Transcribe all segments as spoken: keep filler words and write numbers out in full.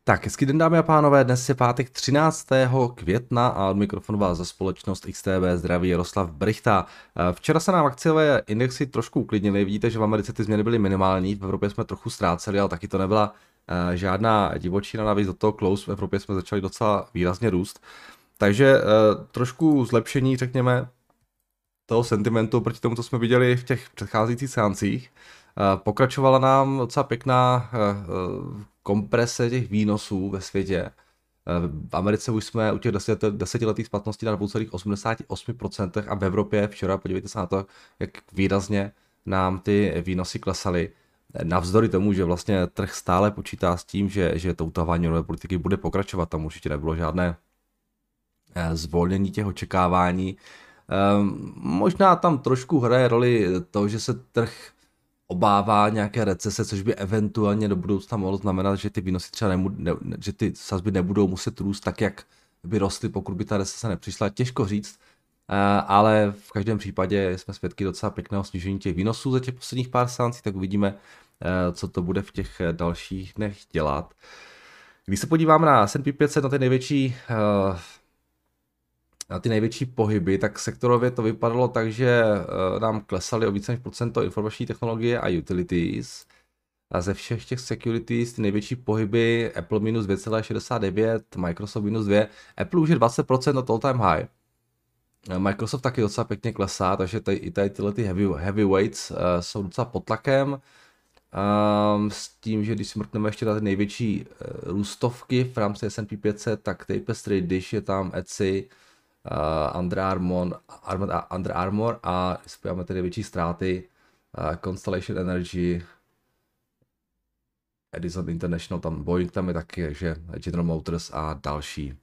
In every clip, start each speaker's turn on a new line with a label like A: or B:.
A: Tak, hezký den, dámy a pánové, dnes je pátek třináctého května a od mikrofonu vás za společnost X T B zdraví Jaroslav Brichta. Včera se nám akciové indexy trošku uklidnily, vidíte, že v Americe ty změny byly minimální, v Evropě jsme trochu ztráceli, ale taky to nebyla uh, žádná divočina, navíc do toho close v Evropě jsme začali docela výrazně růst. Takže uh, trošku zlepšení, řekněme, toho sentimentu proti tomu, co jsme viděli v těch předcházejících seancích. Pokračovala nám docela pěkná komprese těch výnosů ve světě. V Americe už jsme u těch desetiletých splatností na dvě celá osmdesát osm procenta a v Evropě včera, podívejte se na to, jak výrazně nám ty výnosy klesaly. Navzdory tomu, že vlastně trh stále počítá s tím, že, že to utávání nové politiky bude pokračovat, tam určitě nebylo žádné zvolnění těch očekávání. Možná tam trošku hraje roli to, že se trh obává nějaké recese, což by eventuálně do budoucna mohlo znamenat, že ty výnosy třeba nemu, ne, že ty sazby nebudou muset růst tak, jak by rostly, pokud by ta recese nepřišla. Těžko říct, ale v každém případě jsme svědky docela pěkného snížení těch výnosů za těch posledních pár seancí, tak uvidíme, co to bude v těch dalších dnech dělat. Když se podíváme na S and P pět set, na ty největší na ty největší pohyby, tak sektorově to vypadalo tak, že nám klesaly o více než procento informační technologie a utilities. A ze všech těch securities ty největší pohyby Apple minus dvě celá šedesát devět, Microsoft minus dva, Apple už je dvacet procent od all time high. Microsoft taky docela pěkně klesá, takže tady, i tady tyhle ty heavy, heavyweights uh, jsou docela pod tlakem. Um, s tím, že když si mrkneme ještě na ty největší uh, růstovky v rámci S and P pět set, tak Tapestry, Dish je tam, Etsy, Uh, Under Armour, Armour, Under Armour a když spojíme ty největší ztráty, uh, Constellation Energy, Edison International, tam Boeing tam je taky, takže General Motors a další.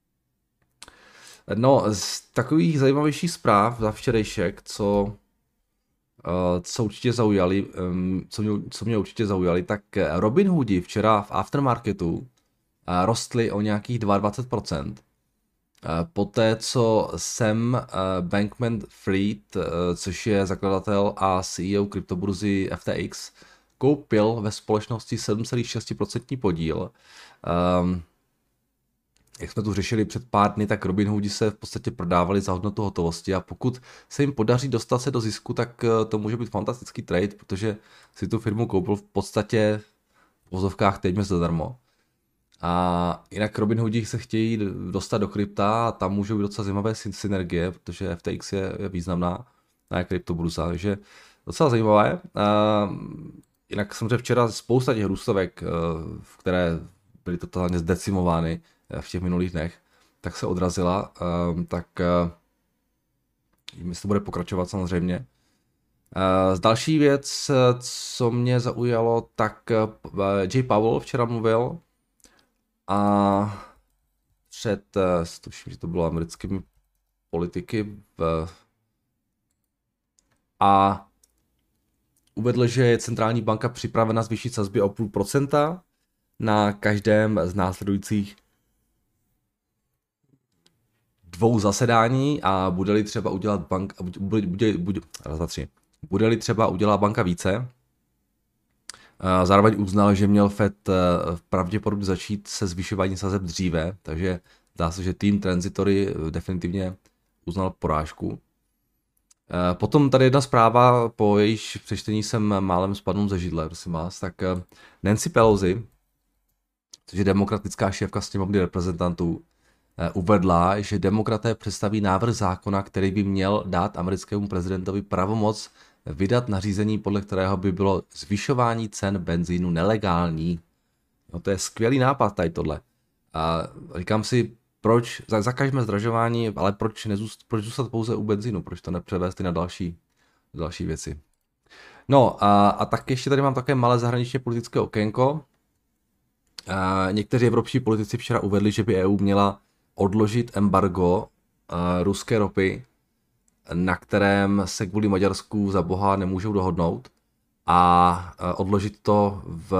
A: No, z takových zajímavějších zpráv za včerejšek, co, uh, co určitě zaujali, um, co, mě, co mě určitě zaujali, tak Robinhoodi včera v aftermarketu uh, rostly o nějakých dvacet dva procent. Poté, co Sam Bankman-Fried, což je zakladatel a C E O kryptoburzy F T X, koupil ve společnosti sedm celá šest procent podíl. Um, jak jsme tu řešili před pár dny, tak Robinhoodi se v podstatě prodávali za hodnotu hotovosti a pokud se jim podaří dostat se do zisku, tak to může být fantastický trade, protože si tu firmu koupil v podstatě v vozovkách téměř zadarmo. A jinak Robinhoodi se chtějí dostat do krypta a tam můžou být docela zajímavé synergie, protože F T X je, je významná na kryptoburza, takže docela zajímavé. A jinak samozřejmě včera spousta těch růstovek, které byly totálně zdecimovány v těch minulých dnech, tak se odrazila, tak myslím, že to bude pokračovat samozřejmě. Z další věc, co mě zaujalo, tak Jay Powell včera mluvil, a před, tuším, že to bylo americkými politiky, v, a uvedl, že je centrální banka připravena zvýšit sazby o půl procenta na každém z následujících dvou zasedání a bude-li třeba udělat bank, bude, bude, bude, bude-li třeba udělat banka více. Zároveň uznal, že měl Fed pravděpodobně začít se zvyšování sazeb dříve, takže zdá se, že tým Transitory definitivně uznal porážku. Potom tady jedna zpráva, po jejíž přečtení jsem málem spadnul ze židle, prosím vás, tak Nancy Pelosi, což je demokratická šéfka sněmovny reprezentantů, uvedla, že demokraté představí návrh zákona, který by měl dát americkému prezidentovi pravomoc vydat nařízení, podle kterého by bylo zvyšování cen benzínu nelegální. No to je skvělý nápad tady tohle. A říkám si, proč, zakažme zdražování, ale proč, nezůst, proč zůstat pouze u benzínu, proč to nepřevést i na další, další věci. No a, a tak ještě tady mám také malé zahraničně politické okénko. A někteří evropští politici včera uvedli, že by E U měla odložit embargo a, ruské ropy, na kterém se kvůli Maďarsku za boha nemůžou dohodnout a odložit to v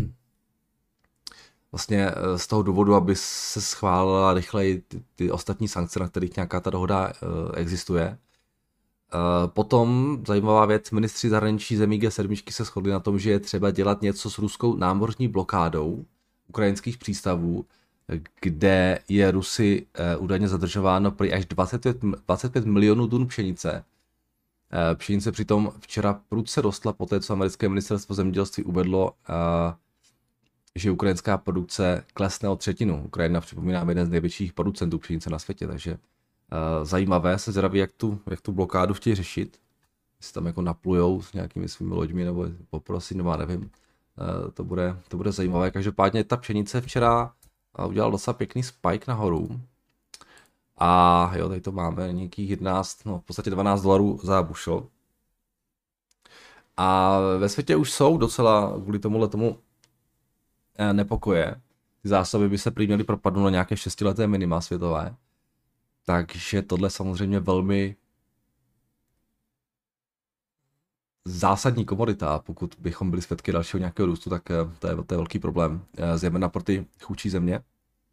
A: vlastně z toho důvodu, aby se schválila rychleji ty, ty ostatní sankce, na kterých nějaká ta dohoda existuje. Potom zajímavá věc, ministři zahraničí zemí G sedm se shodli na tom, že je třeba dělat něco s ruskou námořní blokádou ukrajinských přístavů, kde je Rusy údajně zadržováno prý až dvacet pět milionů tun pšenice. Pšenice přitom včera prudce rostla po té, co americké ministerstvo zemědělství uvedlo, že ukrajinská produkce klesne o třetinu. Ukrajina, připomínám, jeden z největších producentů pšenice na světě, takže zajímavé, se zdraví, jak tu, jak tu blokádu chtějí řešit. Jestli tam jako naplujou s nějakými svými loďmi nebo poprosím, nebo nevím. To bude, to bude zajímavé. Každopádně ta pšenice včera udělal docela pěkný spike nahoru. A jo, tady to máme nějakých jedenáct, no v podstatě dvanáct dolarů za bushel. A ve světě už jsou docela kvůli tomuhle tomu nepokoje. Ty zásoby by se prý měly propadnout na nějaké šestileté minima světové. Takže tohle samozřejmě velmi zásadní komodita. Pokud bychom byli svědky dalšího nějakého růstu, tak to je, to je velký problém. Zejména pro ty chudší země.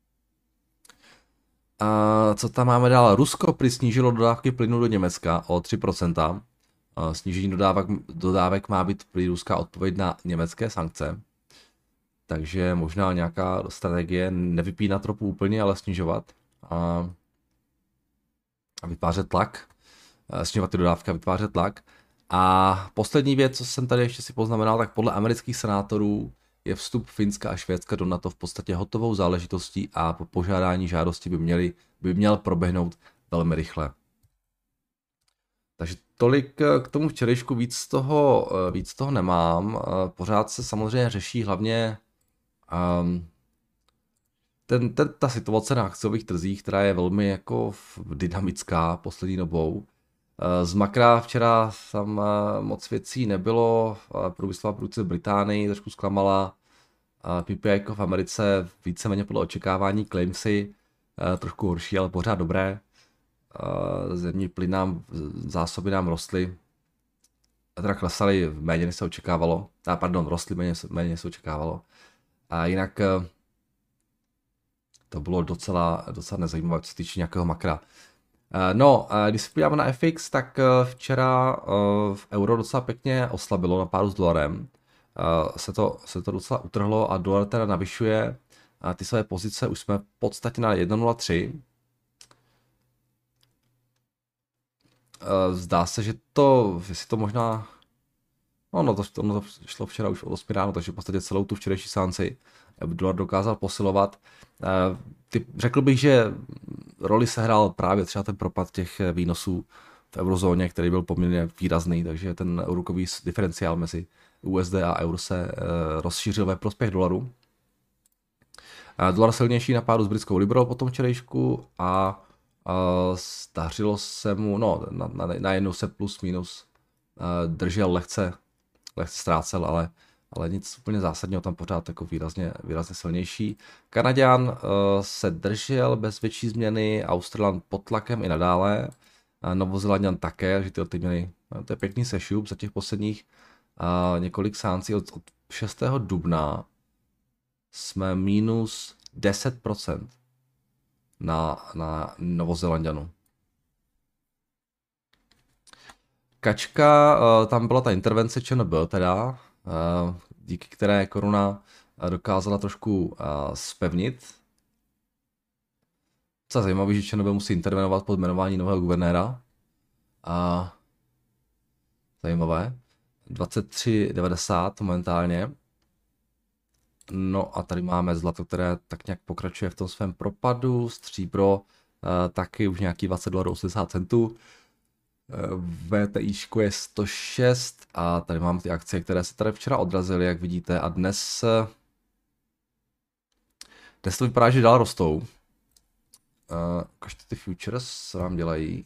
A: A co tam máme dál? Rusko prý snížilo dodávky plynu do Německa o tři procenta. Snížení dodávek, dodávek má být prý ruská odpověď na německé sankce. Takže možná nějaká strategie nevypínat ropu úplně, ale snižovat. A, a vytvářet tlak. Snižovat ty dodávky a vytvářet tlak. A poslední věc, co jsem tady ještě si poznamenal, tak podle amerických senátorů je vstup Finska a Švédska do NATO v podstatě hotovou záležitostí a po požádání žádosti by, měli, by měl proběhnout velmi rychle. Takže tolik k tomu včerejšku, víc toho, víc toho nemám. Pořád se samozřejmě řeší hlavně um, ten, ten, ta situace na akciových trzích, která je velmi jako dynamická poslední dobou. Z makra včera tam moc věcí nebylo, průmyslová produkce v Británii trošku zklamala, P P I v Americe víceméně podle očekávání, claimsy trošku horší, ale pořád dobré. Zemní plyn nám, zásoby nám rostly, teda klesaly méně než se očekávalo, a pardon, rostly méně, méně než se očekávalo. A jinak to bylo docela, docela nezajímavé, co se týče nějakého makra. No, když se podíváme na F X, tak včera v euro docela pěkně oslabilo na páru s dolarem. Se to, se to docela utrhlo a dolar teda navyšuje. Ty své pozice už jsme v podstatě na jedna nula tři. Zdá se, že to, jestli to možná, no, no to, no to šlo včera už od osmi ráno, takže v podstatě celou tu včerejší seanci dolar dokázal posilovat. Ty, řekl bych, že roli sehrál právě třeba ten propad těch výnosů v eurozóně, který byl poměrně výrazný, takže ten úrokový diferenciál mezi U S D a euro se rozšířil ve prospěch dolaru. Dolar silnější na pádu s britskou librou po tom včerejšku a stařilo se mu, no na, na, na jednou se plus minus držel lehce, lehce ztrácel, ale ale nic úplně zásadního, tam pořád jako výrazně, výrazně silnější. Kanaďan uh, se držel bez větší změny, Australan pod tlakem i nadále, uh, Novozélanďan také, že ty, ty měli, no, to je pěkný sešup za těch posledních uh, několik seancí od, od šestého dubna jsme minus deset procent na, na Novozélanďanu. Kačka, uh, tam byla ta intervence Č N B teda, díky které koruna dokázala trošku zpevnit. Co je zajímavé, že Č N B musí intervenovat pod jmenování nového guvernéra. A zajímavé. dvacet tři devadesát momentálně. No a tady máme zlato, které tak nějak pokračuje v tom svém propadu. Stříbro taky už nějaký dvacet dolarů osmdesát centů. V T I je sto šest a tady mám ty akcie, které se tady včera odrazily, jak vidíte, a dnes, dnes to vypadá, že dál rostou. Ukažte ty futures, co nám dělají.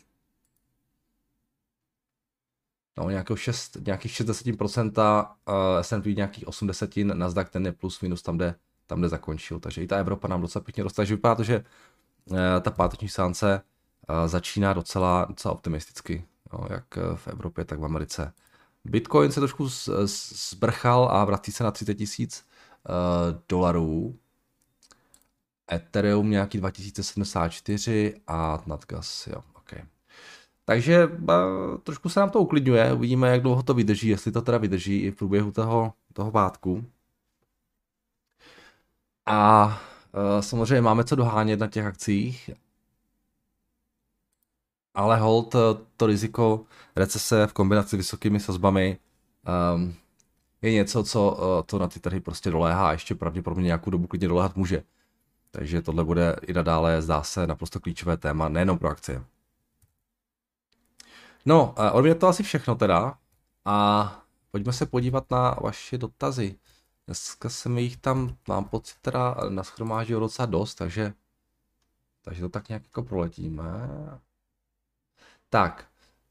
A: No, nějakého šest, nějakých šedesát procent, S and P nějakých osmdesát, Nasdaq ten je plus minus tam, kde, tam, kde zakončil. Takže i ta Evropa nám docela pěkně roste, takže vypadá to, že ta páteční seance začíná docela, docela optimisticky, no, jak v Evropě, tak v Americe. Bitcoin se trošku zbrchal a vrací se na třicet tisíc uh, dolarů. Ethereum nějaký dva tisíce sedmdesát čtyři a nadgas, jo, ok. Takže uh, trošku se nám to uklidňuje, uvidíme, jak dlouho to vydrží, jestli to teda vydrží i v průběhu toho, toho pátku. A uh, samozřejmě máme co dohánět na těch akcích, ale hold to riziko recese v kombinaci s vysokými sazbami um, je něco, co uh, to na ty trhy prostě doléhá a ještě pravděpodobně nějakou dobu klidně doléhat může. Takže tohle bude i nadále, zdá se, naprosto klíčové téma, nejenom pro akcie. No, uh, od mě to asi všechno teda a pojďme se podívat na vaše dotazy. Dneska jsem jich tam, mám pocit, teda nashromáždil docela dost, takže, takže to tak nějak jako proletíme. Tak.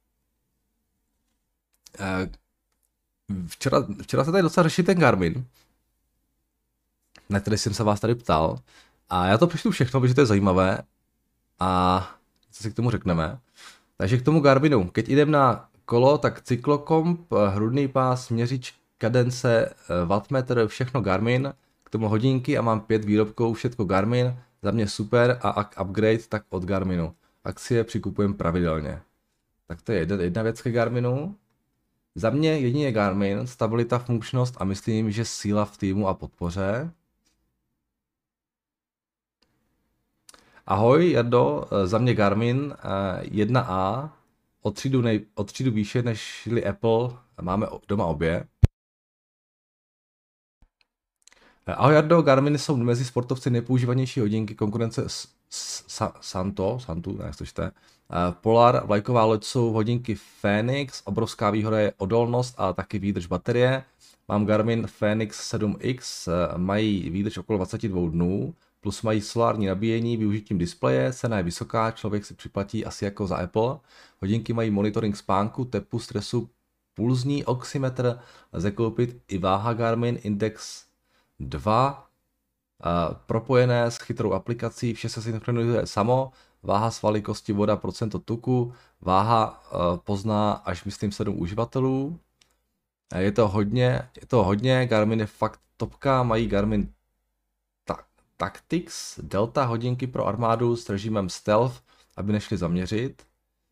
A: Včera, včera se tady docela řešil ten Garmin, na který jsem se vás tady ptal. A já to přečtu všechno, protože to je zajímavé. A co si k tomu řekneme. Takže k tomu Garminu. Keď jdem na kolo, tak cyklokomp, hrudný pás, měřič, kadence, wattmetr, všechno Garmin. K tomu hodinky a mám pět výrobků, všechno Garmin. Za mě super a upgrade tak od Garminu. Akcie přikupujem pravidelně. Tak to je jedna, jedna věc ke Garminu. Za mě jedině Garmin, stabilita, funkčnost a myslím, že síla v týmu a podpoře. Ahoj, Jardo, za mě Garmin jedna A, o třídu, nej, o třídu výše než Apple, máme doma obě. Ahoj Jardo, Garminy jsou mezi sportovci nejpoužívanější hodinky, konkurence s, s, Santo, Santu, ne, to čte. Polar, vlajková loď jsou hodinky Fenix, obrovská výhoda je odolnost a taky výdrž baterie. Mám Garmin Fenix sedm X, mají výdrž okolo dvacet dva dnů, plus mají solární nabíjení využitím displeje, cena je vysoká, člověk si připlatí asi jako za Apple. Hodinky mají monitoring spánku, tepu, stresu, pulzní oximetr, lze koupit i váha Garmin Index dva, uh, propojené s chytrou aplikací, vše se synchronizuje samo, váha svaly, kosti, voda, procento tuku, váha uh, pozná až myslím sedm uživatelů. Je to hodně, je to hodně, Garmin je fakt topka, mají Garmin ta- Tactics, Delta hodinky pro armádu s režimem Stealth, aby nešli zaměřit.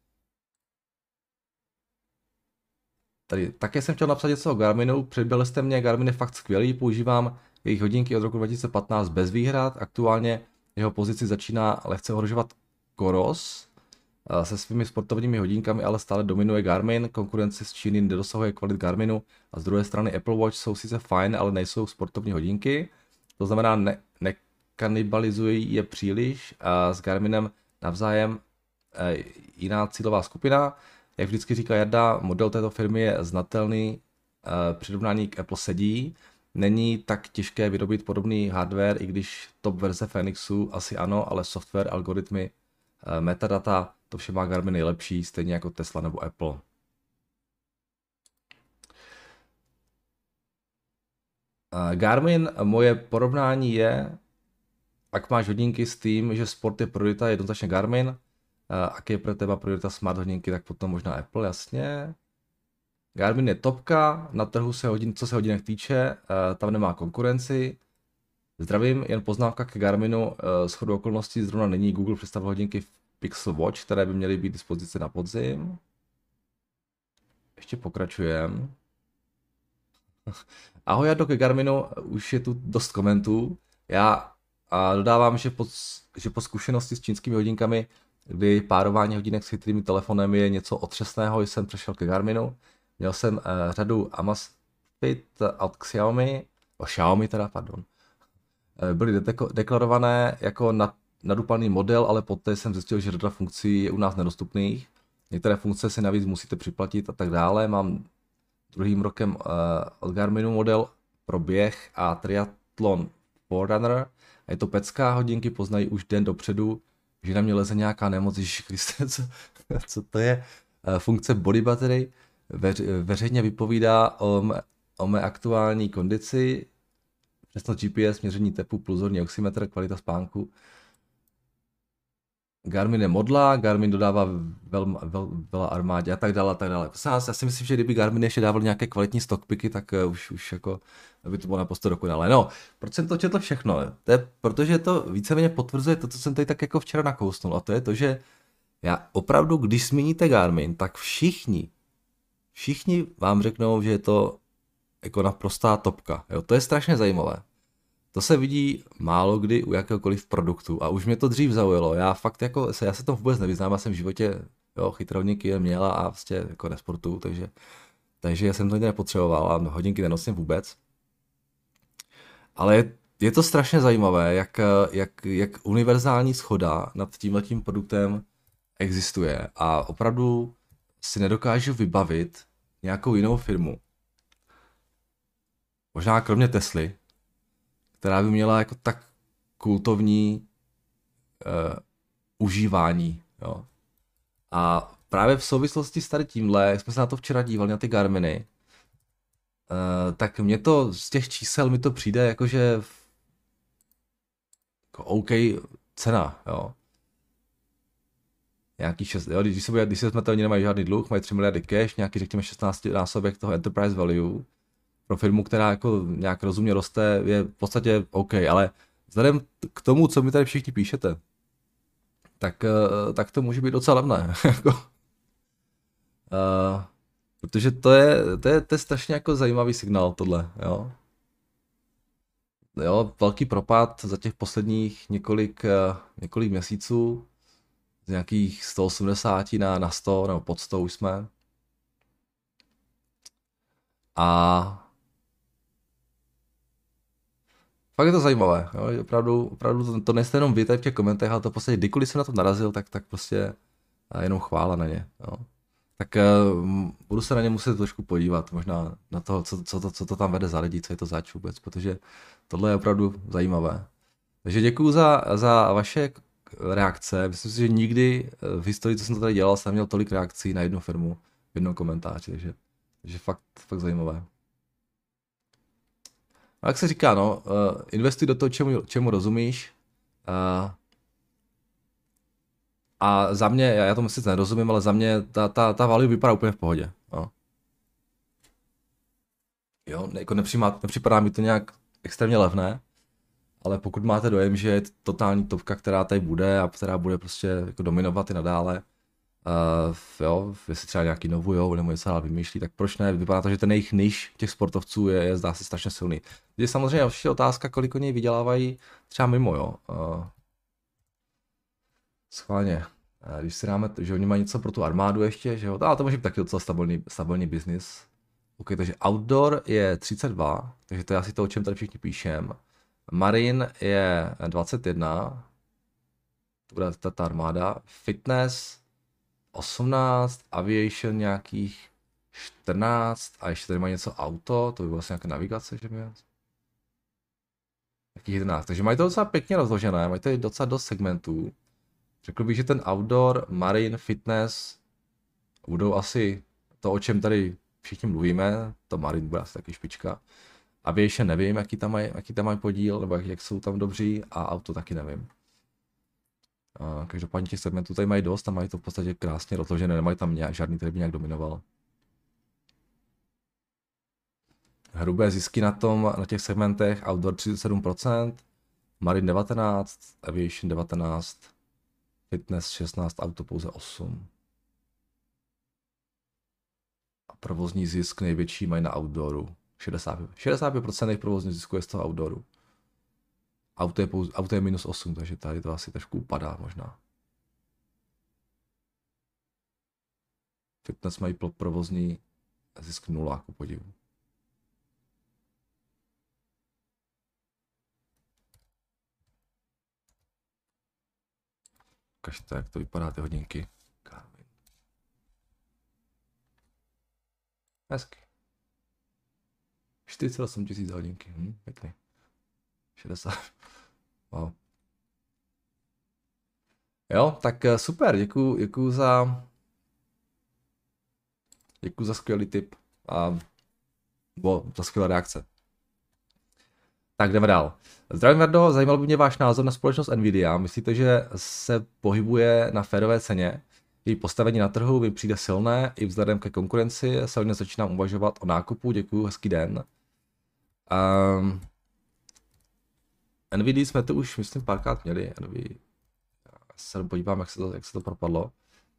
A: Tady také jsem chtěl napsat něco o Garminu, předběhli jste mě, Garmin je fakt skvělý, používám jejich hodinky od roku dva tisíce patnáct bez výhrad, aktuálně jeho pozici začíná lehce ohrožovat Coros se svými sportovními hodinkami, ale stále dominuje Garmin, konkurence z Číny nedosahuje kvalit Garminu a z druhé strany Apple Watch jsou sice fajn, ale nejsou sportovní hodinky, to znamená ne, nekanibalizují je příliš a s Garminem navzájem e, jiná cílová skupina. Jak vždycky říká Jarda, model této firmy je znatelný, e, přirovnání k Apple sedí. Není tak těžké vyrobit podobný hardware, i když top verze Fenixu asi ano, ale software, algoritmy, e, metadata, to vše má Garmin nejlepší, stejně jako Tesla nebo Apple. E, Garmin, moje porovnání je, ak máš hodinky s tím, že sport je priorita, jednoznačně Garmin. Aký je pro teba priorita smart hodinky, tak potom možná Apple, jasně. Garmin je topka, na trhu se hodin, co se hodinek týče, tam nemá konkurenci. Zdravím, jen poznámka ke Garminu, shodou okolností zrovna není Google představil hodinky v Pixel Watch, které by měly být dispozici na podzim. Ještě pokračujem. Ahoj Jardo, ke Garminu, už je tu dost komentů. Já a dodávám, že po, že po zkušenosti s čínskými hodinkami, kdy párování hodinek s chytrým telefonem je něco otřesného, jsem přešel ke Garminu. Měl jsem uh, řadu Amazfit od Xiaomi, o Xiaomi teda, pardon. Uh, byly de- deklarované jako nad, nadupaný model, ale poté jsem zjistil, že řada funkcí je u nás nedostupných. Některé funkce si navíc musíte připlatit a tak dále. Mám druhým rokem uh, od Garminu model pro běh a triatlon Forerunner. A je to pecká, hodinky poznají už den dopředu, že na mě leze nějaká nemoc, Ježiši Kriste, co, co to je? Funkce body battery veř, veřejně vypovídá o, mé, o mé aktuální kondici, přesnost G P S, měření tepu, pulzorní oximetr, kvalita spánku. Garmin je modla, Garmin dodává vel, vel, vela armádě a tak dále a tak dále. Já si myslím, že kdyby Garmin ještě dával nějaké kvalitní stockpiky, tak uh, už, už jako by to bylo naprosto dokonalé. No, proč jsem to četl všechno? To je, protože to víceméně potvrzuje to, co jsem tady tak jako včera nakousnul, a to je to, že já opravdu, když zmíníte Garmin, tak všichni, všichni vám řeknou, že je to jako naprostá topka. Jo? To je strašně zajímavé. To se vidí málo kdy u jakéhokoliv produktu a už mě to dřív zaujalo. Já fakt jako, já se tom vůbec nevyznám, já jsem v životě jo, chytrovníky měla a prostě jako nesportuju, takže, takže já jsem to nepotřeboval a hodinky nenosím vůbec. Ale je, je to strašně zajímavé, jak, jak, jak univerzální shoda nad tímhletím produktem existuje a opravdu si nedokážu vybavit nějakou jinou firmu. Možná kromě Tesly, která by měla jako tak kultovní uh, užívání. Jo. A právě v souvislosti s tady tímhle, jak jsme se na to včera dívali, na ty Garminy, uh, tak mě to z těch čísel mi to přijde jakože jako OK cena, jo. Nějaký šest, jo, když se, bude, když se vezmete, oni nemají žádný dluh, mají tři miliardy cash, nějaký řekněme šestnáct násobek toho enterprise value. Pro firmu, která jako nějak rozumně roste, je v podstatě OK, ale vzhledem k tomu, co mi tady všichni píšete, tak, tak to může být docela levné. uh, protože to je, to, je, to je strašně jako zajímavý signál tohle, jo. Jo, velký propad za těch posledních několik, uh, několik měsíců, z nějakých sto osmdesát na, na sto, nebo pod sto už jsme. A fakt je to zajímavé, jo? Opravdu, opravdu to, to nejste jenom vy tady v těch komentech, ale to prostě kdykoliv jsem na to narazil, tak, tak prostě jenom chvála na ně. Jo? Tak uh, budu se na ně muset trošku podívat, možná na to, co, co, to, co to tam vede za lidi, co je to zač vůbec, protože tohle je opravdu zajímavé. Takže děkuju za, za vaše reakce, myslím si, že nikdy v historii, co jsem to tady dělal, jsem měl tolik reakcí na jednu firmu v jednom komentáři, takže, takže fakt, fakt zajímavé. A jak se říká, no, uh, investuj do toho, čemu, čemu rozumíš. Uh, a za mě, já, já tomu sice nerozumím, ale za mě ta, ta, ta value vypadá úplně v pohodě. No. Jo, jako nepřipadá, nepřipadá mi to nějak extrémně levné, ale pokud máte dojem, že je totální topka, která tady bude a která bude prostě jako dominovat i nadále, uh, jo, jestli třeba nějaký novujou nebo něco dál vymýšlí, tak proč ne? Vypadá to, že ten jejich niž těch sportovců je, je zdá se strašně silný. Je samozřejmě další otázka, kolik oni vydělávají třeba mimo, jo. Uh, schválně. Uh, když si dáme, že oni mají něco pro tu armádu ještě, že jo, ale to může být taky docela stabilní, stabilní biznis. OK, takže outdoor je třicet dva, takže to je asi to, o čem tady všichni píšem. Marine je dvacet jedna, to bude ta, ta armáda. Fitness osmnáct, aviation nějakých čtrnáct a ještě tady mají něco auto, to by bylo vlastně nějaké navigace, že by Jakých jedenáct, takže mají to docela pěkně rozložené, mají tady docela dost segmentů. Řekl bych, že ten outdoor, marine, fitness budou asi to, o čem tady všichni mluvíme, to marine bude asi taky špička. Aviation nevím, jaký tam mají, jaký tam mají podíl, nebo jak, jak jsou tam dobří, a auto taky nevím. A každopádně těch segmentů tady mají dost a mají to v podstatě krásně rozložené, nemají tam nějak, žádný, který by nějak dominoval. Hrubé zisky na tom, na těch segmentech, outdoor třicet sedm procent, marine devatenáct procent, aviation devatenáct procent, fitness šestnáct procent, auto pouze osm procent. A provozní zisk největší mají na outdooru. šedesát pět procent jejich provozní zisku je z toho outdooru. Auto je, pouze, auto je minus osm, takže tady to asi trošku upadá možná. Fitness mají provozní zisk nula, ku podivu. Ukažte, jak to vypadá ty hodinky. Garmin. Hezky. čtyřicet osm tisíc hodinky, hm, pěkný. šedesát. Wow. Jo, tak super, děkuju, děkuju za děkuju za skvělý tip a bo, za skvělé reakce. Tak jdeme dál. Zdravím, Verdo, zajímal by mě váš názor na společnost Nvidia. Myslíte, že se pohybuje na férové ceně? Její postavení na trhu mi přijde silné, i vzhledem ke konkurenci se hodně začínám uvažovat o nákupu. Děkuju, hezký den. Um, Nvidia jsme to už, myslím, párkrát měli. Nvidia. Já se podívám, jak se to, jak se to propadlo.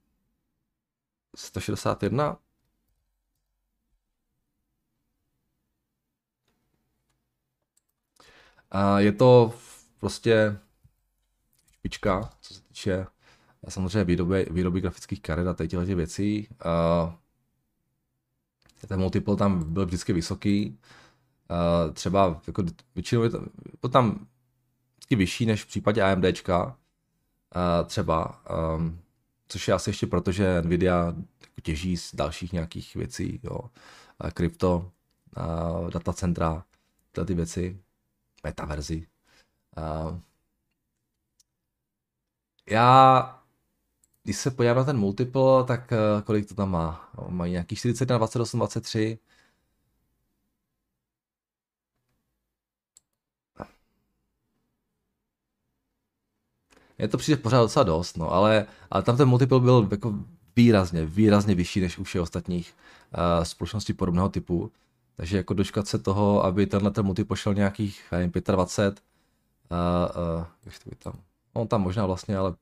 A: sto šedesát jedna. A je to prostě špička, co se týče samozřejmě výroby, výroby grafických karet a těchto věcí. A ten multiple tam byl vždycky vysoký. A třeba jako většinou je to, to tam vždycky vyšší než v případě AMDčka. A třeba, um, což je asi ještě proto, že Nvidia jako těží z dalších nějakých věcí, jo. A krypto, a datacentra, tyhle ty věci, metaverzy. A já, když se podívám na ten multiple, tak kolik to tam má? Mají nějaký čtyřicet na dvacet osm, dvacet tři. Je to přijde pořád docela dost, no, ale, ale tam ten multiple byl jako výrazně, výrazně vyšší než u všech ostatních uh, společností podobného typu. Takže jako dočkat se toho, aby tenhle ten multiple šel nějakých, nevím, dvacet pět, uh, uh, jak to by tam, on tam možná vlastně, ale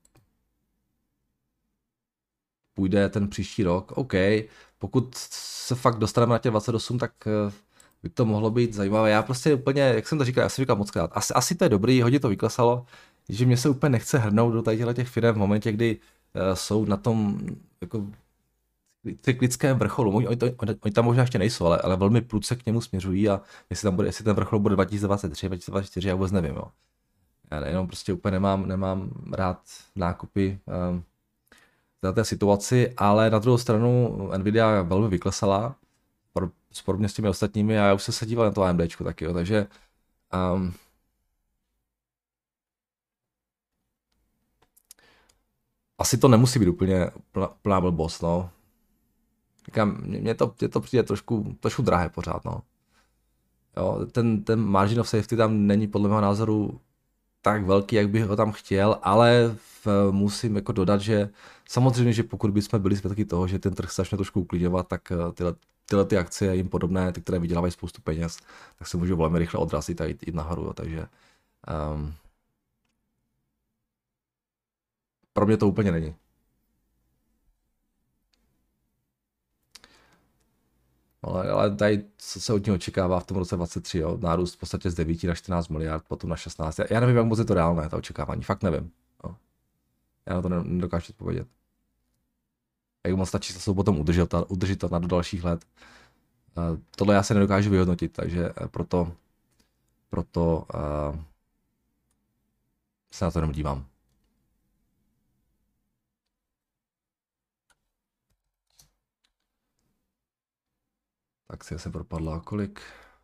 A: půjde ten příští rok, OK, pokud se fakt dostaneme na těch dvacet osm, tak uh, by to mohlo být zajímavé. Já prostě úplně, jak jsem to říkal, já jsem říkal moc krát, asi, asi to je dobrý, hodně to vyklesalo, že mě se úplně nechce hrnout do tady těch firm v momentě, kdy uh, jsou na tom jako cyklickém vrcholu. Oni, oni, oni, oni tam možná ještě nejsou, ale, ale velmi prudce k němu směřují a jestli tam bude, jestli ten vrchol bude dva tisíce dvacet tři, dva tisíce dvacet čtyři, já vůbec nevím. Jo. Já jenom prostě úplně nemám, nemám rád nákupy um, za té situaci, ale na druhou stranu Nvidia velmi vyklesala, podobně s těmi ostatními a já už jsem se díval na to AMDčko taky, jo, takže um, asi to nemusí být úplně plná blbost, no. Říkám, mně to, mě to přijde trošku, trošku drahé pořád, no. Jo, ten, ten margin of safety tam není podle mého názoru tak velký, jak bych ho tam chtěl, ale v, musím jako dodat, že samozřejmě, že pokud bychom byli svědky toho, že ten trh začne trošku uklidňovat, tak tyhle, tyhle ty akcie jim podobné, ty, které vydělávají spoustu peněz, tak se můžou velmi rychle odrazit a jít, jít nahoru, jo, takže um, pro mě to úplně není. Ale, ale tady, co se od něho očekává v tom roce dvacet tři, jo? Nárůst v podstatě z devět na čtrnáct miliard, potom na šestnáct. Já, já nevím, jak moc je to reálné, to očekávání, fakt nevím. Jo. Já na to nedokážu odpovědět. Jak moc ta čísla jsou potom udržitelná do dalších let. Tohle já se nedokážu vyhodnotit, takže proto, proto uh, se na to jenom dívám. Tak si se propadla kolik?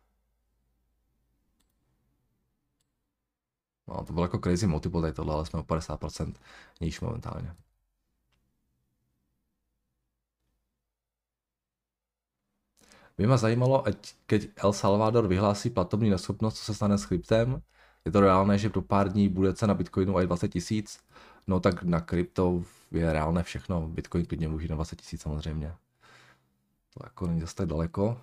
A: No, to bylo jako crazy multiple tady tohle, ale jsme o padesát procent níž momentálně. By mě zajímalo, ať keď El Salvador vyhlásí platobní neschopnost, co se stane s kryptem. Je to reálné, že pro pár dní bude cena Bitcoinu i dvacet tisíc? No tak na krypto je reálné všechno. Bitcoin klidně může na dvacet tisíc samozřejmě. To jako není zase tak daleko.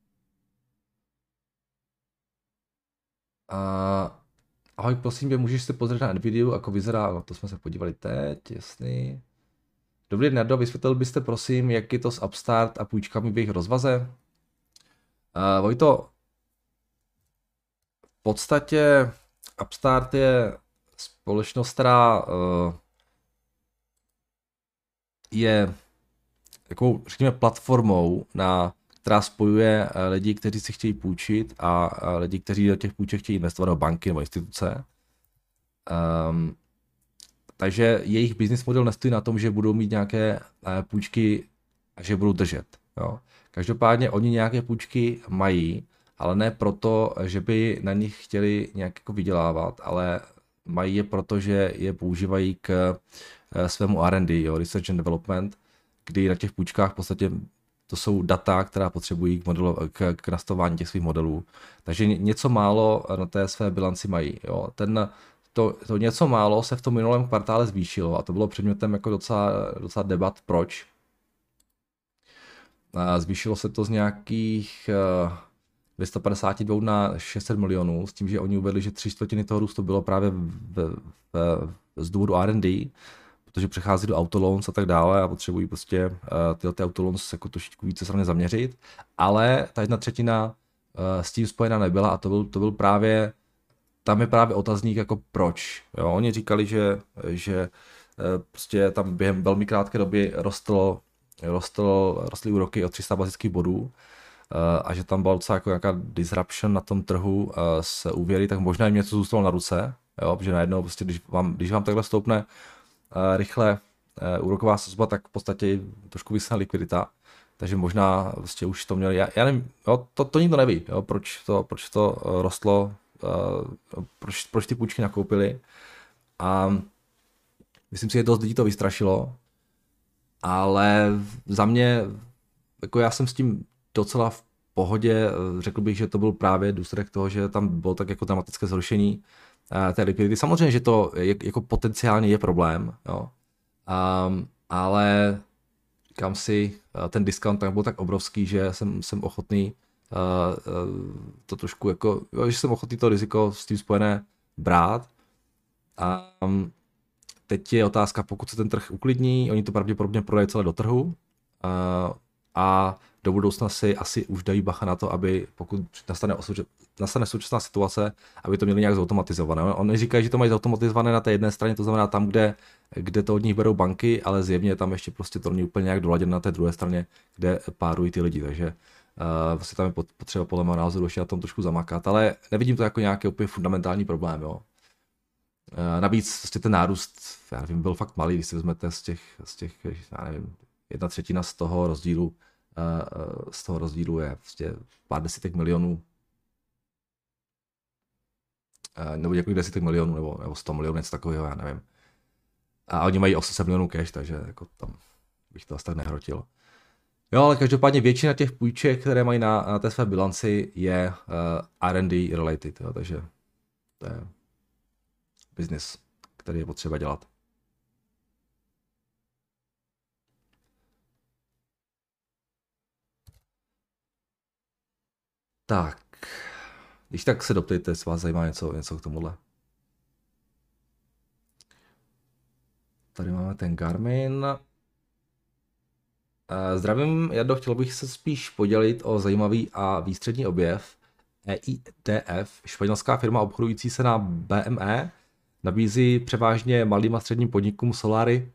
A: A... Ahoj, prosím tě, můžeš se pozrieť na Nvidiu, ako vyzerá, no to jsme se podívali teď, jasný. Dobrý den, Nardo, vysvětlil byste prosím, jak je to s Upstart a půjčkami v jejich rozvaze? Uh, Vojto, v podstatě Upstart je společnost, která uh, je takovou, řekněme, platformou, na, která spojuje lidi, kteří si chtějí půjčit a, a lidi, kteří do těch půjček chtějí investovat do banky nebo instituce. Um, takže jejich business model nestojí na tom, že budou mít nějaké uh, půjčky a že budou držet. Jo. Každopádně oni nějaké půjčky mají, ale ne proto, že by na nich chtěli nějak jako vydělávat, ale mají je proto, že je používají k uh, svému R and D, jo, Research and Development, kdy na těch půjčkách v podstatě to jsou data, která potřebují k, modelu, k, k nastavování těch svých modelů. Takže něco málo na té své bilanci mají. Jo. Ten, to, to něco málo se v tom minulém kvartále zvýšilo a to bylo předmětem jako docela, docela debat, proč. A zvýšilo se to z nějakých dvě stě padesát dva na šest set milionů, s tím, že oni uvedli, že tři čtvrtiny toho růstu bylo právě v, v, v, z důvodu R and D, protože přechází do autoloans a tak dále a potřebují prostě uh, tyhle ty autoloans jako trošičku více se zaměřit, ale ta jedna třetina uh, s tím spojena nebyla a to byl, to byl právě tam je právě otazník jako proč. Jo, oni říkali, že, že prostě tam během velmi krátké doby rostlo, rostlo, rostly úroky o tři sta bazických bodů a že tam byla docela jako nějaká disruption na tom trhu s úvěry, tak možná jim něco zůstalo na ruce, jo, protože najednou, prostě, když, vám, když vám takhle stoupne rychle úroková sazba, tak v podstatě trošku vysne likvidita. Takže možná vlastně už to měli, já, já nevím, jo, to, to nikdo neví, jo, proč, to, proč to rostlo, uh, proč, proč ty půjčky nakoupili. A myslím si, že dost lidí to vystrašilo, ale za mě, jako já jsem s tím docela v pohodě, řekl bych, že to byl právě důsledek toho, že tam bylo tak jako dramatické zhoršení uh, té likvidity. Samozřejmě, že to je, jako potenciálně je problém, jo, um, ale kam si ten discount tak byl tak obrovský, že jsem, jsem ochotný uh, uh, to trošku jako, že jsem ochotný to riziko s tím spojené brát. A um, teď je otázka, pokud se ten trh uklidní, oni to pravděpodobně prodají celé do trhu uh, a do budoucna si asi už dají bacha na to, aby pokud nastane, nastane současná situace, aby to měli nějak zautomatizované. Oni říkají, že to mají zautomatizované na té jedné straně, to znamená tam, kde, kde to od nich berou banky, ale zjevně tam ještě prostě to není úplně nějak doladěné na té druhé straně, kde párují ty lidi, takže uh, vlastně tam je potřeba podle mého názoru ještě na tom trošku zamakat, ale nevidím to jako nějaký úplně fundamentální problém, jo. Uh, navíc vlastně ten nárůst, já nevím, byl fakt malý, když si vezmete z těch, z těch já nevím, jedna třetina z toho rozdílu, z toho rozdílu je prostě pár desítek milionů, nebo několik desítek milionů, nebo, nebo sto milionů, něco takového, já nevím. A oni mají osm set milionů cash, takže jako tam bych to asi tak nehrotil. Jo, ale každopádně většina těch půjček, které mají na, na té své bilanci, je uh, R and D related, jo, takže to je business, který je potřeba dělat. Tak, když tak se doptejte, jestli vás zajímá něco, něco k tomuhle. Tady máme ten Garmin. Zdravím, Jardo, chtěl bych se spíš podělit o zajímavý a výstřední objev. E I D F, španělská firma obchodující se na B M E, nabízí převážně malým a středním podnikům soláry,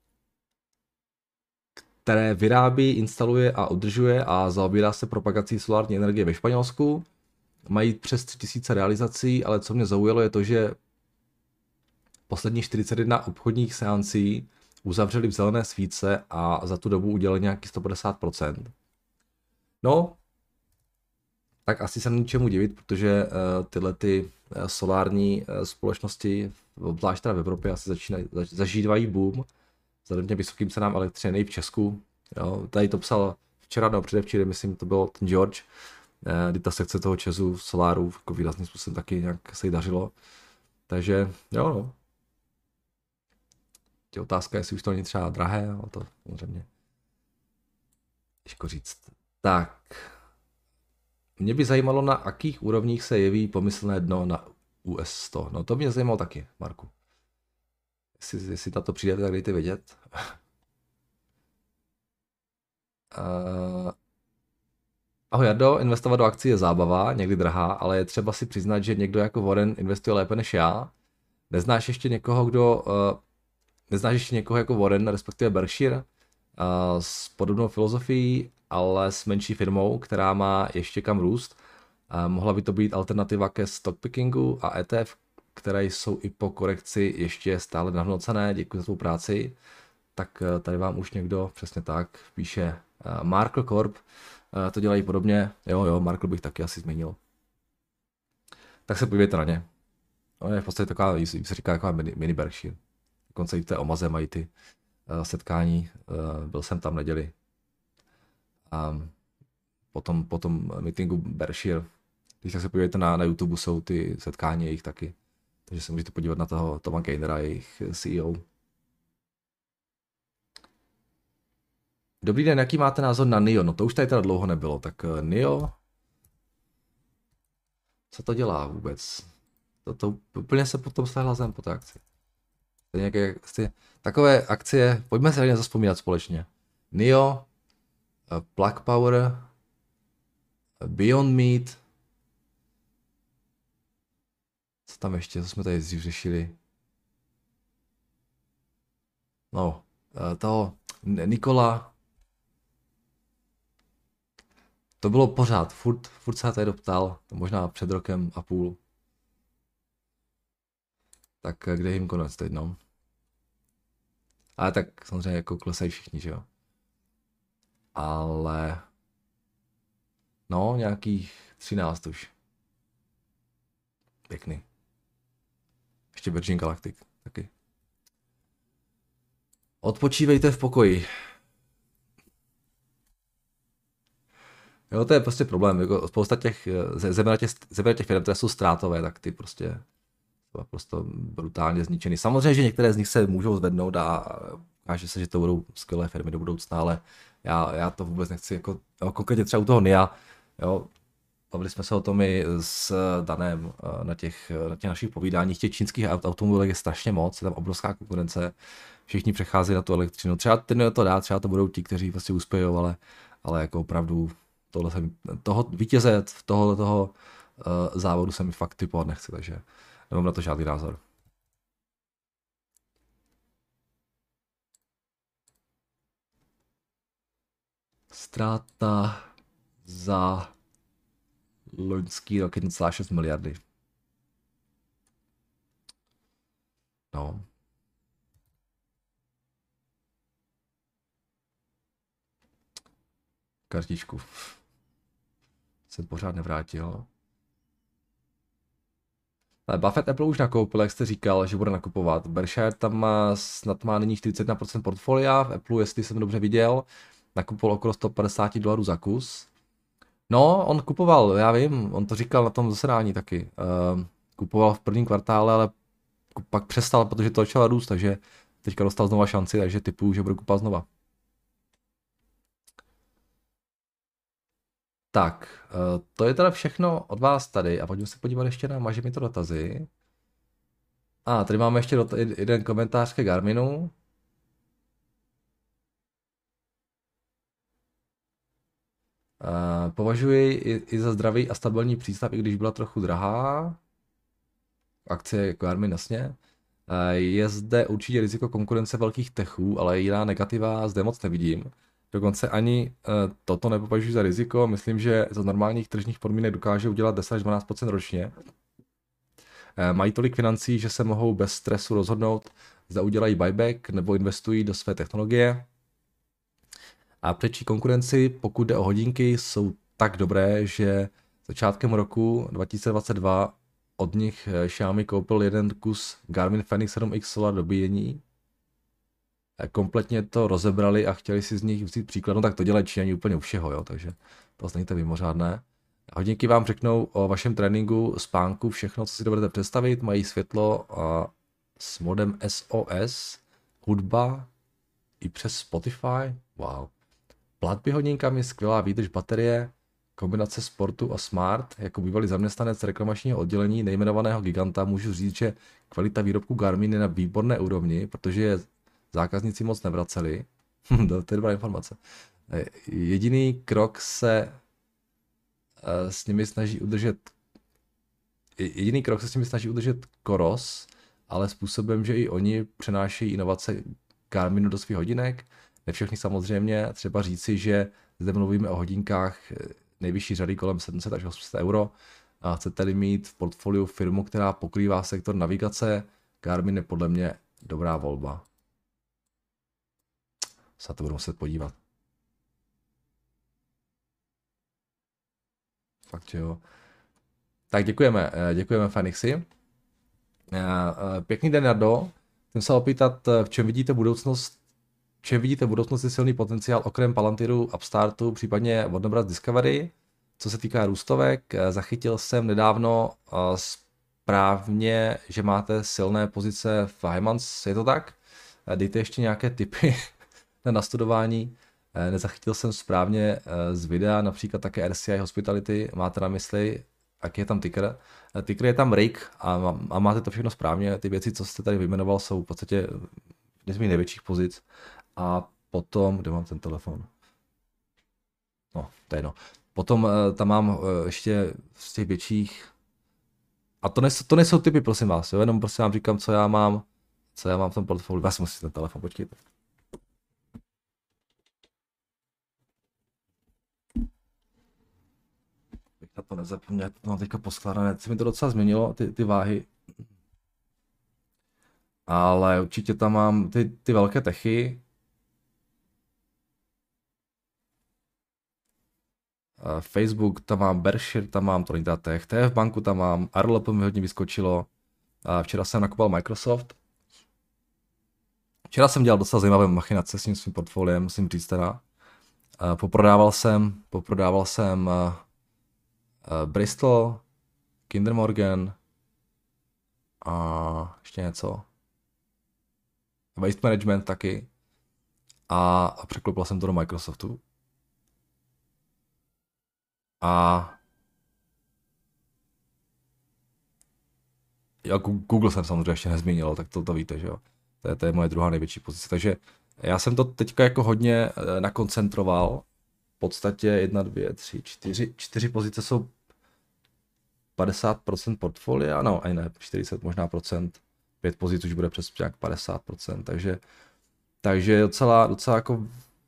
A: které vyrábí, instaluje a udržuje a zaobírá se propagací solární energie ve Španělsku. Mají přes tři tisíce realizací, ale co mě zaujalo je to, že posledních čtyřicet jedna obchodních seancí uzavřeli v zelené svíce a za tu dobu udělali nějaký sto padesát procent. No, tak asi se ničemu divit, protože uh, tyhle ty uh, solární uh, společnosti, zvlášť teda v Evropě, asi začínají, zač, zažívají boom vzhledem těm vysokým cenám elektřiny v Česku. Jo, tady to psal včera, no předevčírem, myslím, to byl ten George, uh, kdy ta sekce toho Česu solárů jako výrazným způsobem taky nějak se jí dařilo. Takže jo, no. Je otázka, jestli už to není třeba drahé, ale to samozřejmě těžko říct. Tak. Mě by zajímalo, na jakých úrovních se jeví pomyslné dno na U S sto. No to mě zajímalo taky, Marku. Jestli, jestli tato přijde, tak dejte vědět. uh... Ahoj Jardo, investovat do akcí je zábava, někdy drahá, ale je třeba si přiznat, že někdo jako Warren investuje lépe než já. Neznáš ještě někoho, kdo... Uh... Neznáš ještě někoho jako Warren, respektive Berkshire, uh, s podobnou filozofií, ale s menší firmou, která má ještě kam růst. Uh, mohla by to být alternativa ke stockpickingu a E T F, které jsou i po korekci ještě stále nadhodnocené. Děkuji za svou práci. Tak uh, tady vám už někdo přesně tak píše. Uh, Markle Corp, uh, to dělají podobně. Jo, jo, Markle bych taky asi změnil. Tak se podívejte na ně. No, je v podstatě taková, jim se říká taková mini, mini Berkshire. Dokonce i v té Omaze mají ty uh, setkání, uh, byl jsem tam neděli. A potom, potom meetingu Berkshire, když tak se podívejte na, na YouTube, jsou ty setkání jejich taky. Takže se můžete podívat na toho Toma Gainera, jejich C E O. Dobrý den, jaký máte názor na N I O? No to už tady teda dlouho nebylo, tak uh, N I O? Co to dělá vůbec? To, to úplně se potom stáhla zem po té akci. Nějaké, takové akcie, pojďme se tady zazpomínat společně. N I O, Plug Power, Beyond Meat. Co tam ještě, co jsme tady řešili? No, toho Nikola. To bylo pořád, furt, furt se tady doptal, možná před rokem a půl. Tak kde je jim konec teď, no? Ale tak samozřejmě jako klesají všichni, že jo? Ale... No, nějakých třináct už. Pěkný. Ještě Virgin Galactic taky. Odpočívejte v pokoji. Jo, to je prostě problém. Jako spousta těch, zejména těch, zejména těch firm, které jsou ztrátové, tak ty prostě jsou prostě brutálně zničeny. Samozřejmě, že některé z nich se můžou zvednout a ukáže se, že to budou skvělé firmy do budoucna, ale já, já to vůbec nechci, jako, jo, konkrétně třeba u toho N I A, jo, bavili jsme se o tom i s Danem na těch, na těch našich povídáních, těch čínských automobilek je strašně moc, je tam obrovská konkurence, všichni přechází na tu elektřinu, třeba ten to dá, třeba to budou ti, kteří prostě uspějou, ale, ale jako opravdu tohle jsem, toho vítěze tohohle toho uh, závodu se mi fakt typovat nechci, takže nemám na to žádný názor. Ztráta za loňský rok jedna celá šest miliardy. No. Kartičku. Se pořád nevrátil. Ale Buffett Apple už nakoupil, jak jste říkal, že bude nakupovat. Berkshire tam má, snad má nyní čtyřicet jedna procent portfolia, v Apple, jestli jsem dobře viděl, nakupoval okolo sto padesát dolarů za kus. No, on kupoval, já vím, on to říkal na tom zasedání taky. Uh, kupoval v prvním kvartále, ale pak přestal, protože to začalo růst, takže teďka dostal znova šanci, takže typuju, že bude kupovat znova. Tak, uh, to je teda všechno od vás tady a pojďme se podívat ještě na maže mi to dotazy. A ah, tady máme ještě dot- jeden komentář ke Garminu. Uh, považuji i, i za zdravý a stabilní přístav, i když byla trochu drahá. Akcie jako Garmin, jasně. Uh, je zde určitě riziko konkurence velkých techů, ale jiná negativa zde moc nevidím. Dokonce ani uh, toto nepovažuji za riziko. Myslím, že za normálních tržních podmínek dokáže udělat deset až dvanáct procent ročně. Uh, mají tolik financí, že se mohou bez stresu rozhodnout, zda udělají buyback nebo investují do své technologie. A přečí konkurenci, pokud jde o hodinky, jsou tak dobré, že začátkem roku dva tisíce dvacet dva od nich Xiaomi koupil jeden kus Garmin Fenix sedm X Solar dobíjení. Kompletně to rozebrali a chtěli si z nich vzít příklad, no tak to dělají Číňani úplně u všeho, jo, takže to není to mimořádné. Hodinky vám řeknou o vašem tréninku, spánku, všechno, co si dovedete představit, mají světlo a s modem S O S, hudba i přes Spotify, wow. Platby hodinkami, skvělá výdrž baterie, kombinace sportu a smart. Jako bývalý zaměstnanec reklamačního oddělení nejmenovaného giganta můžu říct, že kvalita výrobku Garmin je na výborné úrovni, protože je zákazníci moc nevraceli. To je dobrá informace. Jediný krok se s nimi snaží udržet jediný krok se s nimi snaží udržet Coros, ale způsobem, že i oni přenášejí inovace Garminu do svých hodinek. Ne všechny samozřejmě, třeba říci, že zde mluvíme o hodinkách nejvyšší řady kolem sedm set až osm set euro. A chcete-li mít v portfoliu firmu, která pokrývá sektor navigace, Garmin je podle mě dobrá volba. Se to budu muset podívat. Fakt, jo. Tak děkujeme, děkujeme Fenixi. Pěkný den, Nardo. Chcem se opýtat, v čem vidíte budoucnost V čem vidíte v budoucnosti silný potenciál okrem Palantiru, Upstartu, případně Warner Discovery? Co se týká růstovek, zachytil jsem nedávno správně, že máte silné pozice v Hymans, je to tak? Dejte ještě nějaké tipy na nastudování. Nezachytil jsem správně z videa, například také R C I Hospitality, máte na mysli, jaký je tam ticker? Ticker je tam R I C a, a máte to všechno správně, ty věci, co jste tady vyjmenoval, jsou v podstatě z mých největších pozic. A potom, kde mám ten telefon? No, to je jedno. Potom tam mám ještě z těch větších A to nejsou, to nejsou typy, prosím vás, jo? Jenom prostě vám říkám, co já mám, co já mám v tom portfoliu. Já si musím ten telefon, počkejte. Bych na to nezapomněl, to mám teďka poskládané, se mi to docela změnilo, ty, ty váhy. Ale určitě tam mám ty, ty velké techy. Facebook, tam mám Berkshire, tam mám to není ta tech, T F banku tam mám, R L P mi hodně vyskočilo. A včera jsem nakupoval Microsoft. Včera jsem dělal docela zajímavé machinace s tím svým portfoliem, musím říct teda. Poprodával jsem, poprodával jsem uh, uh, Bristol, Kinder Morgan a ještě něco. Waste Management taky. A, a překlopil jsem to do Microsoftu. A já Google jsem samozřejmě ještě nezmínil, tak to, to víte, že jo. To je, to je moje druhá největší pozice. Takže já jsem to teďka jako hodně nakoncentroval. V podstatě jedna, dvě, tři, čtyři, čtyři pozice jsou padesát procent portfolia, no ani ne, čtyřicet možná procent. Pět pozic už bude přes nějak padesát procent, takže, takže docela, docela jako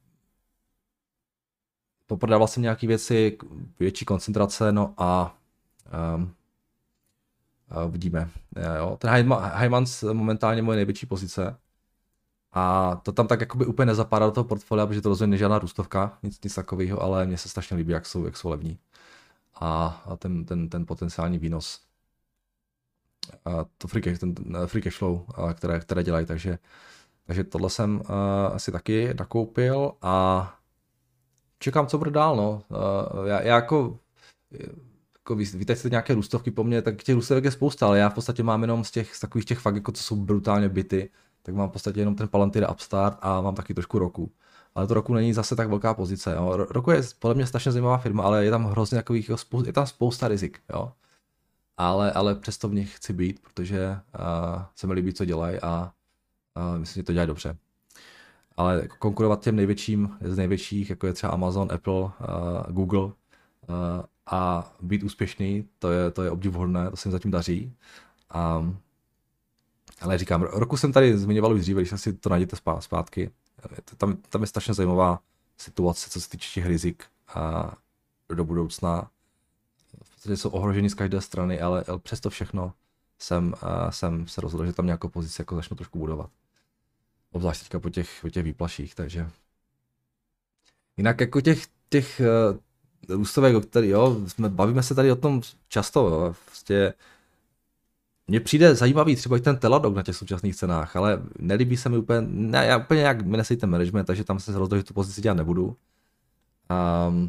A: poprodával jsem nějaké věci, větší koncentrace, no a um, uvidíme. Jo. Ten Heimans momentálně moje největší pozice. A to tam tak jakoby úplně nezapadá do toho portfolia, protože to rozhodně není žádná růstovka, nic, nic takového, ale mně se strašně líbí, jak jsou, jak jsou levní. A, a ten, ten, ten potenciální výnos. A to free cash, ten, ten free cash flow, které, které dělají, takže, takže tohle jsem uh, asi taky nakoupil a čekám, co bude dál, no. Uh, já, já jako jako víte, jste nějaké růstovky po mně, tak těch růstovek je spousta, ale já v podstatě mám jenom z těch z takových těch fakt, jako co jsou brutálně bity, tak mám v podstatě jenom ten Palantir Upstart a mám taky trošku Roku. Ale to Roku není zase tak velká pozice, jo. Roku je podle mě strašně zajímavá firma, ale je tam hrozně takových, je tam spousta rizik, jo. Ale, ale přesto v nich chci být, protože uh, se mi líbí, co dělají a uh, myslím, že to dělají dobře. Ale konkurovat těm největším, z největších, jako je třeba Amazon, Apple, uh, Google, uh, a být úspěšný, to je, to je obdivuhodné, to se jim zatím daří. Um, ale říkám, Roku jsem tady zmiňoval už dříve, když si to najděte zpátky. Tam, tam je strašně zajímavá situace, co se týče těch rizik a do budoucna. V podstatě jsou ohroženi z každé strany, ale, ale přesto všechno jsem, uh, jsem se rozhodl, že tam nějakou pozici jako začnu trošku budovat. Obzvlášť teďka po těch, po těch výplaších, takže. Jinak jako těch, těch uh, růstovek, o který, jo, jsme, bavíme se tady o tom často, jo, prostě mně přijde zajímavý třeba i ten Teladoc na těch současných cenách, ale nelíbí se mi úplně, ne, já úplně nějak mi nesejte management, takže tam se rozhodl, že tu pozici dělat nebudu. Um,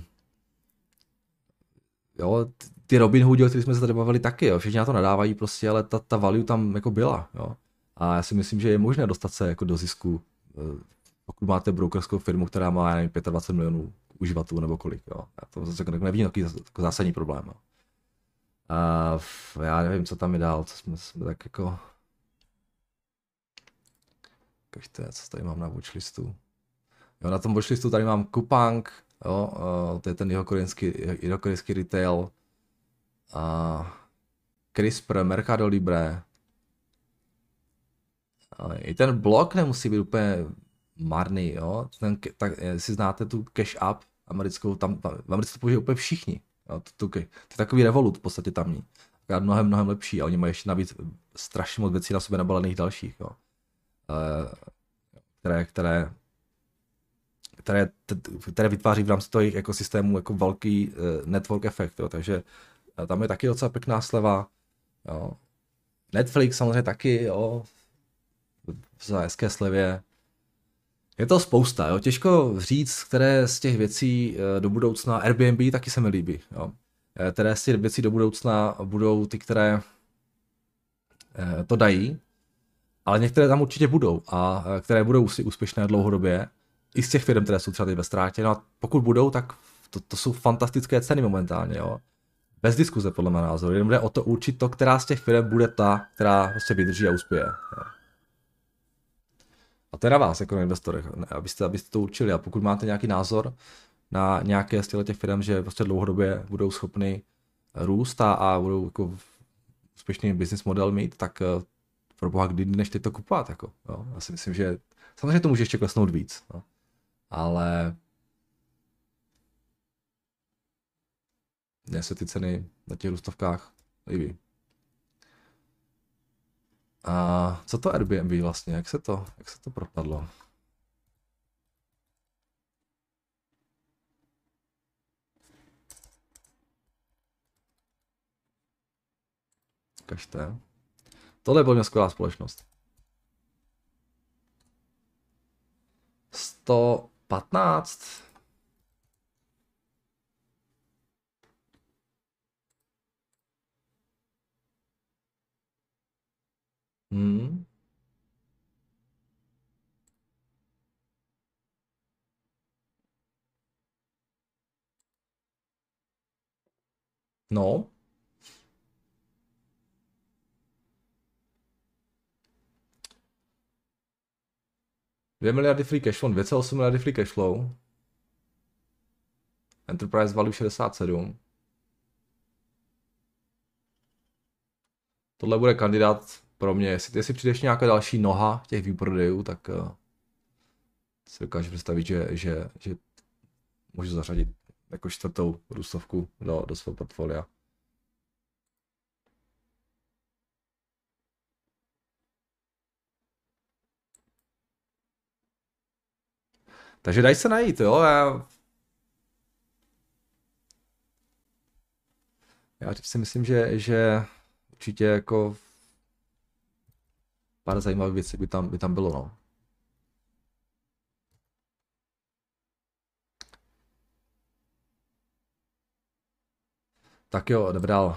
A: jo, ty Robin Hoodi, o kterých jsme se tady bavili taky, jo, všichni na to nadávají prostě, ale ta, ta value tam jako byla, jo. A já si myslím, že je možné dostat se jako do zisku, pokud máte brokerskou firmu, která má nevím, dvacet pět milionů uživatelů nebo kolik, jo. Já to zase nevidím takový zásadní problém, jo. A já nevím, co tam je dál, co jsme, jsme tak jako... Kažte, co tady mám na watchlistu. Jo, na tom watchlistu tady mám Coupang, jo, to je ten jihokorejský, jihokorejský retail. A CRISPR, Mercado Libre. A i ten blok nemusí být úplně marný, jo. Ten, tak, jestli znáte tu Cash App americkou, tam, tam v Americe to použijí úplně všichni. Jo, to, to, to je takový Revolut v podstatě tamní. Tak mnohem, mnohem lepší a oni mají ještě navíc strašně moc věcí na sobě nabalených dalších, jo. Které, které, které, které vytváří v rámci toho jejich ekosystému jako velký network efekt, jo. Takže tam je taky docela pěkná sleva, jo. Netflix samozřejmě taky, jo, za hezké slevě. Je to spousta, jo. Těžko říct, které z těch věcí do budoucna, Airbnb taky se mi líbí, jo. Které z těch věcí do budoucna budou ty, které to dají, ale některé tam určitě budou a které budou úspěšné dlouhodobě, i z těch firm, které jsou třeba teď ve ztrátě. No a pokud budou, tak to, to jsou fantastické ceny momentálně, jo. Bez diskuze podle mého názoru, jenom jde o to určit to, která z těch firm bude ta, která prostě vydrží a uspěje. Jo. A to je na vás, jako na investorech, abyste, abyste to určili. A pokud máte nějaký názor na nějaké z těch firm, že prostě dlouhodobě budou schopny růst a, a budou jako úspěšný business model mít, tak pro boha kdy než teď to kupovat, jako, jo. Já si myslím, že samozřejmě to může ještě klesnout víc, no. Ale mně se ty ceny na těch růstovkách líbí. A co to Airbnb vlastně, jak se to, jak se to propadlo? Kažte. Tohle byla mě skvělá společnost. sto patnáct. Hmm. No. dvě miliardy free cash flow, dvě celá osm miliardy free cash flow. Enterprise value šedesát sedm. Tohle bude kandidát pro mě. Jestli, jestli přijde ještě nějaká další noha těch výprodejů, tak uh, si dokážu představit, že, že, že můžu zařadit jako čtvrtou růstovku do, do svého portfolia. Takže daj se najít, jo. Já, já si myslím, že, že určitě jako pár zajímavých věcí by tam, by tam bylo, no. Tak jo, jdeme dál.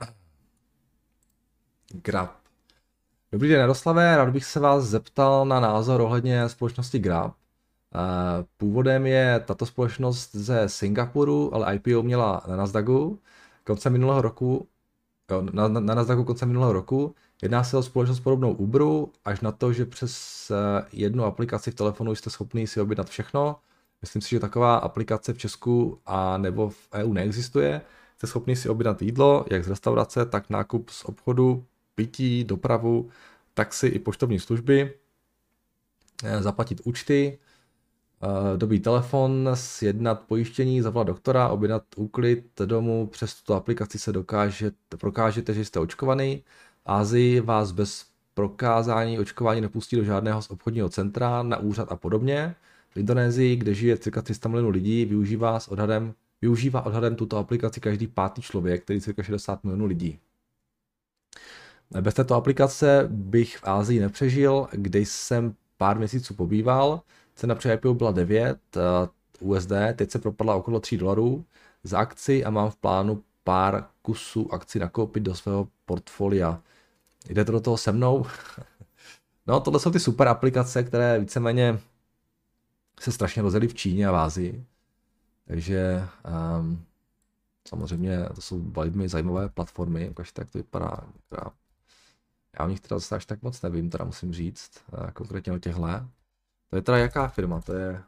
A: Grab. Dobrý den, Jaroslave, rád bych se vás zeptal na názor ohledně společnosti Grab. Původem je tato společnost ze Singapuru, ale I P O měla na Nasdaqu koncem minulého roku, jo, na, na, na Nasdaqu koncem minulého roku. Jedná se o společnost podobnou Uberu, až na to, že přes jednu aplikaci v telefonu jste schopni si objednat všechno. Myslím si, že taková aplikace v Česku a nebo v E U neexistuje. Jste schopni si objednat jídlo, jak z restaurace, tak nákup z obchodu, pití, dopravu, taxi i poštovní služby, zaplatit účty, dobít telefon, sjednat pojištění, zavolat doktora, objednat úklid domu, přes tuto aplikaci se dokážete, prokážete, že jste očkovaný. Asii vás bez prokázání očkování nepustí do žádného z obchodního centra, na úřad a podobně. V Indonésii, kde žije cirka tři sta milionů lidí, využívá s odhadem, využívá odhadem tuto aplikaci každý pátý člověk, tedy cirka šedesát milionů lidí. Bez této aplikace bych v Asii nepřežil, kde jsem pár měsíců pobýval. Cena při I P O byla devět U S D, teď se propadla okolo tří dolarů za akci a mám v plánu pár kusů akcí nakoupit do svého portfolia. Jdete do toho se mnou? No, tohle jsou ty super aplikace, které víceméně se strašně rozjeli v Číně a v Asii. Takže um, samozřejmě to jsou velmi zajímavé platformy, ukažte, jak to vypadá. Já o nich teda zase až tak moc nevím, teda musím říct, konkrétně o těchhle. To je teda jaká firma? To je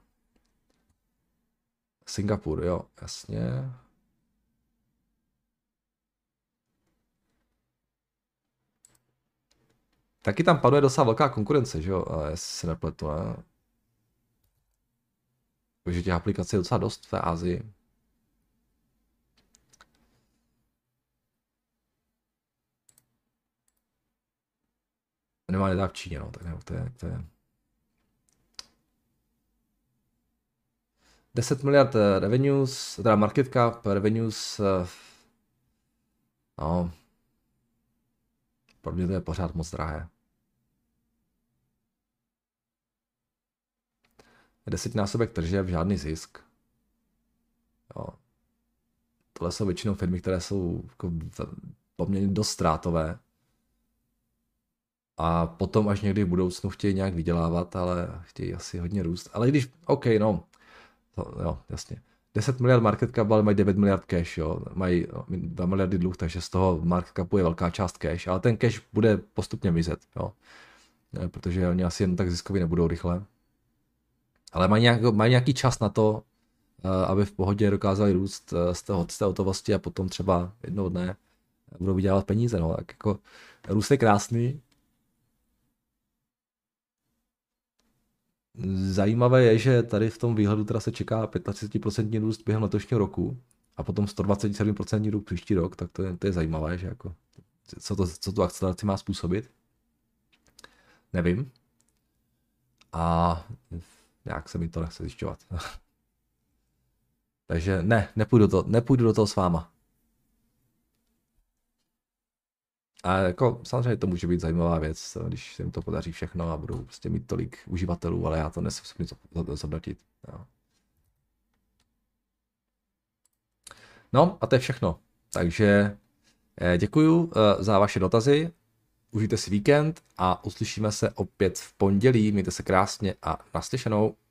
A: Singapur, jo, jasně. Taky tam panuje docela velká konkurence, že jo, jestli se nepletu, ne? Takže těch aplikací je docela dost v té Asii. Nemá nedá v Číně, no, tak nevím, to je, to je. deset miliard revenues, teda market cap, revenues, no, pro mě to je pořád moc drahé. Desetinásobek tržeb, žádný zisk. Jo. Tohle jsou většinou firmy, které jsou jako poměrně dost ztrátové. A potom až někdy v budoucnu chtějí nějak vydělávat, ale chtějí asi hodně růst. Ale když, OK, no, to, jo, jasně. deset miliard market cap, ale mají devět miliard cash, jo. Mají dva miliardy dluh, takže z toho market capu je velká část cash, ale ten cash bude postupně mizet, jo. Protože oni asi jen tak ziskoví nebudou rychle. Ale mají, nějak, mají nějaký čas na to, aby v pohodě dokázali růst z, toho, z té hotovosti a potom třeba jednoho dne budou vydělávat peníze, no, tak jako růst je krásný. Zajímavé je, že tady v tom výhledu teda se čeká třicet pět procent růst během letošního roku a potom sto dvacet sedm procent růst příští rok, tak to je, to je zajímavé, že jako, co, to, co tu akceleraci má způsobit. Nevím. A nějak se mi to nechce zjišťovat. Takže ne, nepůjdu, to, nepůjdu do toho s váma. A jako samozřejmě to může být zajímavá věc, když se jim to podaří všechno a budou prostě mít tolik uživatelů, ale já to nesem schopný zhodnotit. No a to je všechno. Takže děkuju za vaše dotazy, užijte si víkend a uslyšíme se opět v pondělí, mějte se krásně a naslyšenou.